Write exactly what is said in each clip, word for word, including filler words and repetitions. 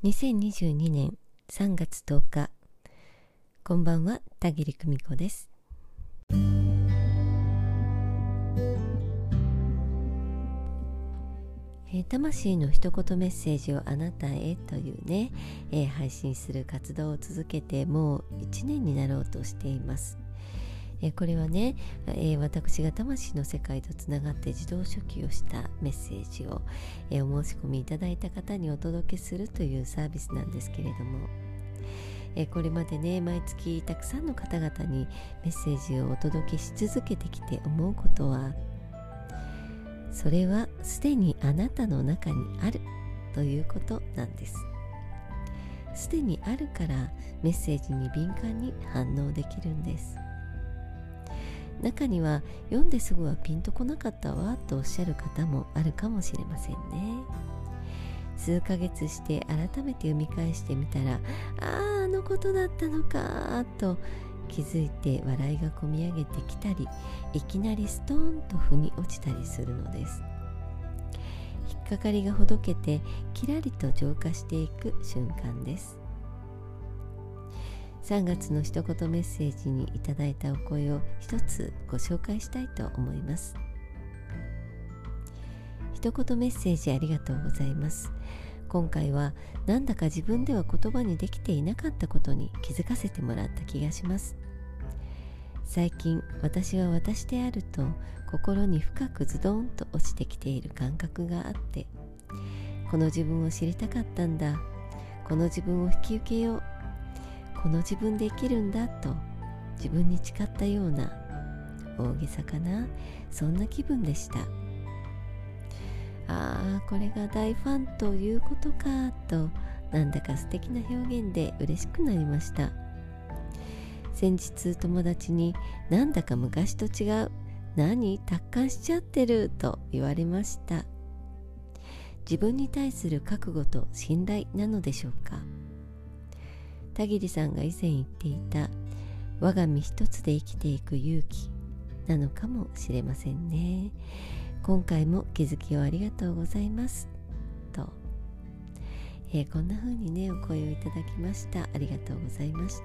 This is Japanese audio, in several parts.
にせんにじゅうにねんさんがつとおか、こんばんは、田切久美子です。えー、魂の一言メッセージをあなたへというね、えー、配信する活動を続けてもういちねんになろうとしています。えー、これはね、えー、私が魂の世界とつながって自動書記をしたメッセージを、えー、お申し込みいただいた方にお届けするというサービスなんですけれども、えー、これまでね毎月たくさんの方々にメッセージをお届けし続けてきて思うことは、それはすでにあなたの中にあるということなんです。すでにあるからメッセージに敏感に反応できるんです。中には読んですぐはピンとこなかったわとおっしゃる方もあるかもしれませんね。数ヶ月して改めて読み返してみたら、ああ、あのことだったのかと気づいて笑いがこみ上げてきたり、いきなりストーンと腑に落ちたりするのです。引っかかりがほどけてきらりと浄化していく瞬間です。さんがつの一言メッセージにいただいたお声を一つご紹介したいと思います。一言メッセージありがとうございます。今回はなんだか自分では言葉にできていなかったことに気づかせてもらった気がします。最近私は私であると心に深くズドンと落ちてきている感覚があって、この自分を知りたかったんだ、この自分を引き受けよう、この自分で生きるんだと自分に誓ったような、大げさかな、そんな気分でした。ああ、これが大ファンということかと、なんだか素敵な表現で嬉しくなりました。先日友達に、なんだか昔と違う、何達観しちゃってると言われました。自分に対する覚悟と信頼なのでしょうか。田切さんが以前言っていた我が身一つで生きていく勇気なのかもしれませんね。今回も気づきをありがとうございますと、えー、こんな風にねお声をいただきました。ありがとうございました。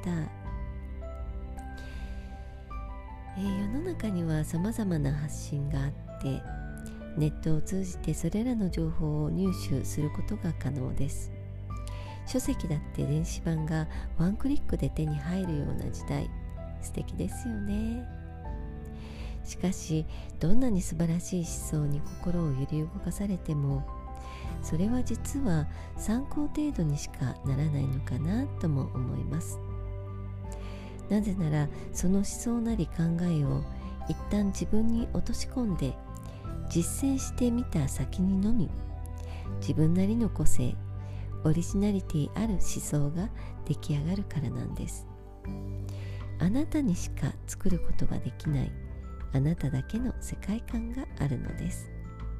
えー、世の中にはさまざまな発信があって、ネットを通じてそれらの情報を入手することが可能です。書籍だって電子版がワンクリックで手に入るような時代、素敵ですよね。しかしどんなに素晴らしい思想に心を揺り動かされても、それは実は参考程度にしかならないのかなとも思います。なぜならその思想なり考えを一旦自分に落とし込んで実践してみた先にのみ、自分なりの個性、オリジナリティある思想が出来上がるからなんです。あなたにしか作ることができないあなただけの世界観があるのです。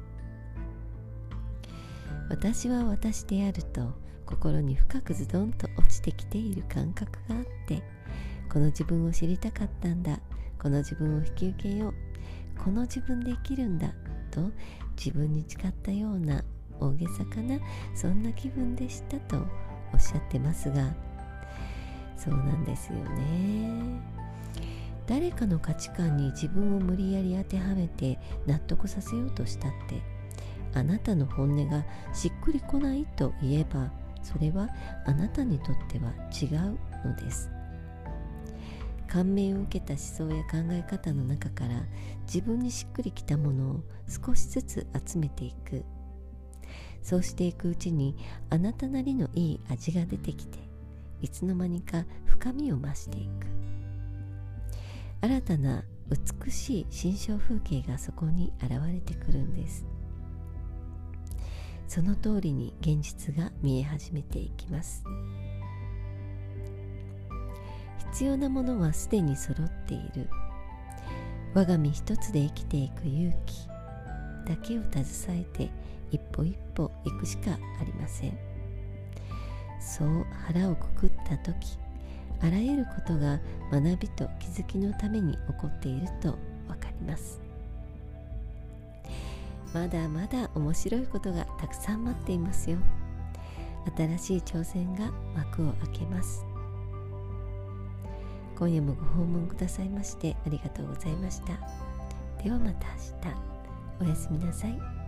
私は私であると心に深くズドンと落ちてきている感覚があって、この自分を知りたかったんだ、この自分を引き受けよう、この自分で生きるんだと自分に誓ったような大げさかな、そんな気分でしたとおっしゃってますが、そうなんですよね。誰かの価値観に自分を無理やり当てはめて納得させようとしたって、あなたの本音がしっくりこないと言えば、それはあなたにとっては違うのです。感銘を受けた思想や考え方の中から自分にしっくりきたものを少しずつ集めていく。そうしていくうちにあなたなりのいい味が出てきて、いつの間にか深みを増していく。新たな美しい心象風景がそこに現れてくるんです。その通りに現実が見え始めていきます。必要なものはすでに揃っている。我が身一つで生きていく勇気だけを携えて一歩一歩行くしかありません。そう腹をくくったとき、あらゆることが学びと気づきのために起こっているとわかります。まだまだ面白いことがたくさん待っていますよ。 新しい挑戦が幕を開けます。今夜もご訪問くださいましてありがとうございました。ではまた明日。おやすみなさい。